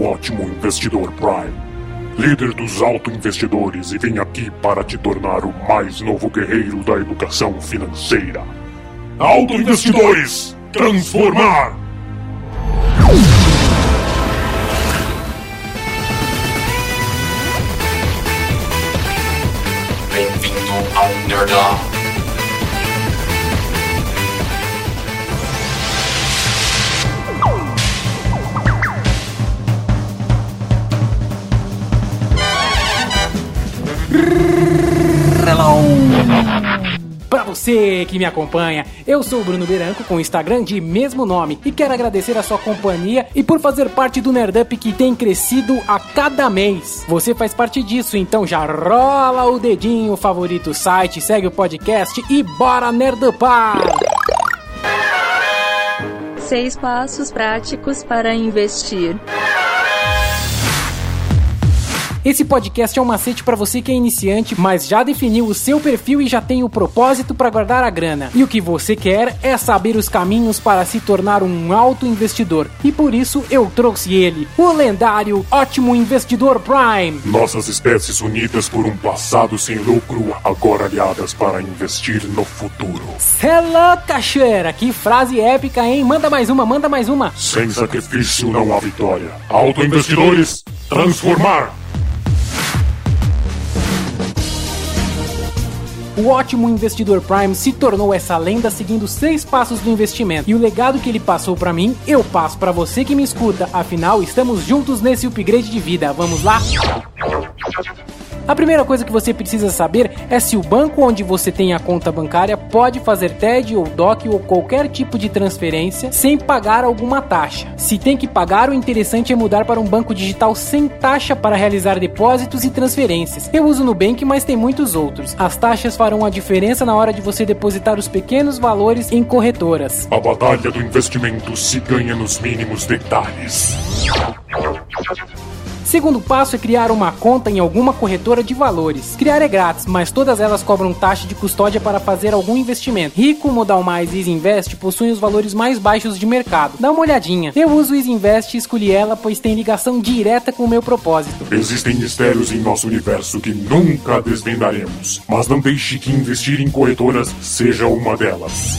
Ótimo Investidor Prime, líder dos auto-investidores, e vem aqui para te tornar o mais novo guerreiro da educação financeira. Auto-investidores, transformar! Bem-vindo ao Nerdão. Hello! Pra você que me acompanha, eu sou o Bruno Beranco com o Instagram de mesmo nome e quero agradecer a sua companhia e por fazer parte do Nerdup que tem crescido a cada mês. Você faz parte disso, então já rola o dedinho, favorito o site, segue o podcast e bora nerdupar! 6 passos práticos para investir. Esse podcast é um macete para você que é iniciante, mas já definiu o seu perfil e já tem o propósito para guardar a grana. E o que você quer é saber os caminhos para se tornar um auto-investidor. E por isso eu trouxe ele, o lendário Ótimo Investidor Prime. Nossas espécies unidas por um passado sem lucro, agora aliadas para investir no futuro. Cê louca, cheira! Que frase épica, hein? Manda mais uma, manda mais uma. Sem sacrifício não há vitória. Auto-investidores, transformar! O Ótimo Investidor Prime se tornou essa lenda seguindo 6 passos do investimento. E o legado que ele passou pra mim, eu passo pra você que me escuta. Afinal, estamos juntos nesse upgrade de vida. Vamos lá? A primeira coisa que você precisa saber é se o banco onde você tem a conta bancária pode fazer TED ou DOC ou qualquer tipo de transferência sem pagar alguma taxa. Se tem que pagar, o interessante é mudar para um banco digital sem taxa para realizar depósitos e transferências. Eu uso o Nubank, mas tem muitos outros. As taxas farão a diferença na hora de você depositar os pequenos valores em corretoras. A batalha do investimento se ganha nos mínimos detalhes. Segundo passo é criar uma conta em alguma corretora de valores. Criar é grátis, mas todas elas cobram taxa de custódia para fazer algum investimento. Rico, Modal Mais e Easy Invest possuem os valores mais baixos de mercado. Dá uma olhadinha. Eu uso o Easy Invest e escolhi ela pois tem ligação direta com o meu propósito. Existem mistérios em nosso universo que nunca desvendaremos, mas não deixe que investir em corretoras seja uma delas.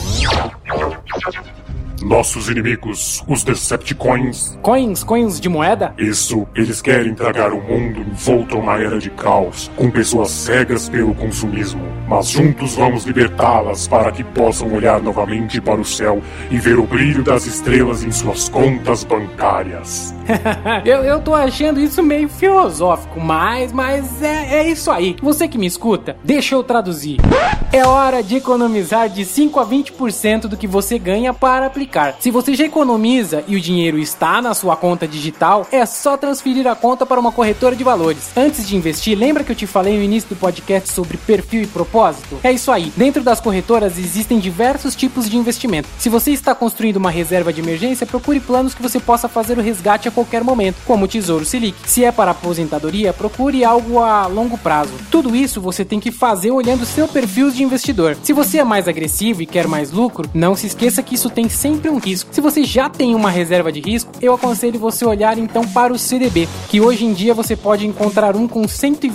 Nossos inimigos, os Decepticons. Coins de moeda? Isso, eles querem tragar o mundo envolto a uma era de caos, com pessoas cegas pelo consumismo. Mas juntos vamos libertá-las para que possam olhar novamente para o céu e ver o brilho das estrelas em suas contas bancárias. eu tô achando isso meio filosófico, mas é isso aí. Você que me escuta, deixa eu traduzir. É hora de economizar de 5 a 20% do que você ganha para aplicar. Se você já economiza e o dinheiro está na sua conta digital, é só transferir a conta para uma corretora de valores. Antes de investir, lembra que eu te falei no início do podcast sobre perfil e propósito? É isso aí. Dentro das corretoras existem diversos tipos de investimento. Se você está construindo uma reserva de emergência, procure planos que você possa fazer o resgate a qualquer momento, como o Tesouro Selic. Se é para aposentadoria, procure algo a longo prazo. Tudo isso você tem que fazer olhando seu perfil de investidor. Se você é mais agressivo e quer mais lucro, não se esqueça que isso tem sempre um risco. Se você já tem uma reserva de risco, eu aconselho você olhar então para o CDB, que hoje em dia você pode encontrar um com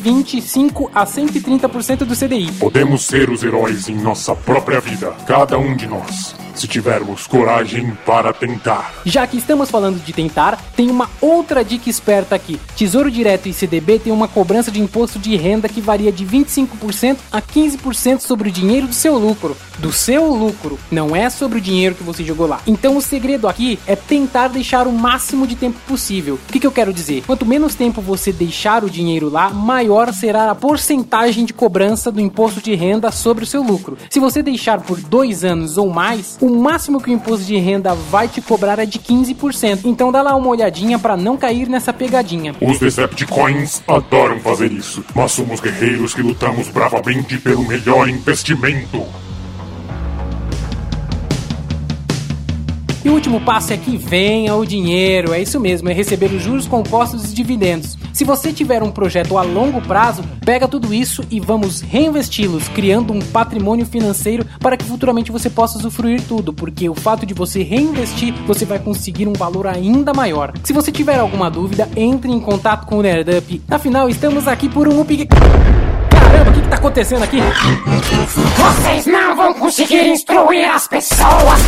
125 a 130% do CDI. Podemos ser os heróis em nossa própria vida, cada um de nós, se tivermos coragem para tentar. Já que estamos falando de tentar, tem uma outra dica esperta aqui. Tesouro Direto e CDB tem uma cobrança de imposto de renda que varia de 25% a 15% sobre o dinheiro do seu lucro. Do seu lucro, não é sobre o dinheiro que você jogou lá. Então o segredo aqui é tentar deixar o máximo de tempo possível. O que eu quero dizer? Quanto menos tempo você deixar o dinheiro lá, maior será a porcentagem de cobrança do imposto de renda sobre o seu lucro. Se você deixar por 2 anos ou mais, o máximo que o imposto de renda vai te cobrar é de 15%. Então dá lá uma olhadinha para não cair nessa pegadinha. Os Decepticons adoram fazer isso, mas somos guerreiros que lutamos bravamente pelo melhor investimento. E o último passo é que venha o dinheiro, é isso mesmo, é receber os juros compostos e dividendos. Se você tiver um projeto a longo prazo, pega tudo isso e vamos reinvesti-los, criando um patrimônio financeiro para que futuramente você possa usufruir tudo, porque o fato de você reinvestir, você vai conseguir um valor ainda maior. Se você tiver alguma dúvida, entre em contato com o Nerdup. Afinal, estamos aqui por um up... Caramba, o que tá acontecendo aqui? Vocês não vão conseguir instruir as pessoas!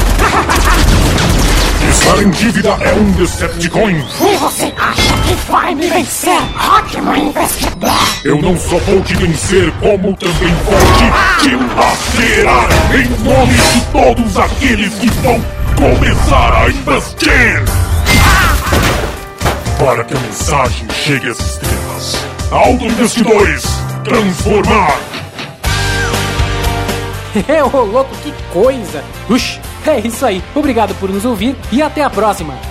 Estar em dívida é um Decepticon. E você acha que vai me vencer, ótimo investidor? Eu não só vou te vencer, como também vou te lacerar em nome de todos aqueles que vão começar a investir. Para que a mensagem chegue às estrelas. Autoinvestidores, transformar. Ô louco, que coisa! Uxi, é isso aí. Obrigado por nos ouvir e até a próxima.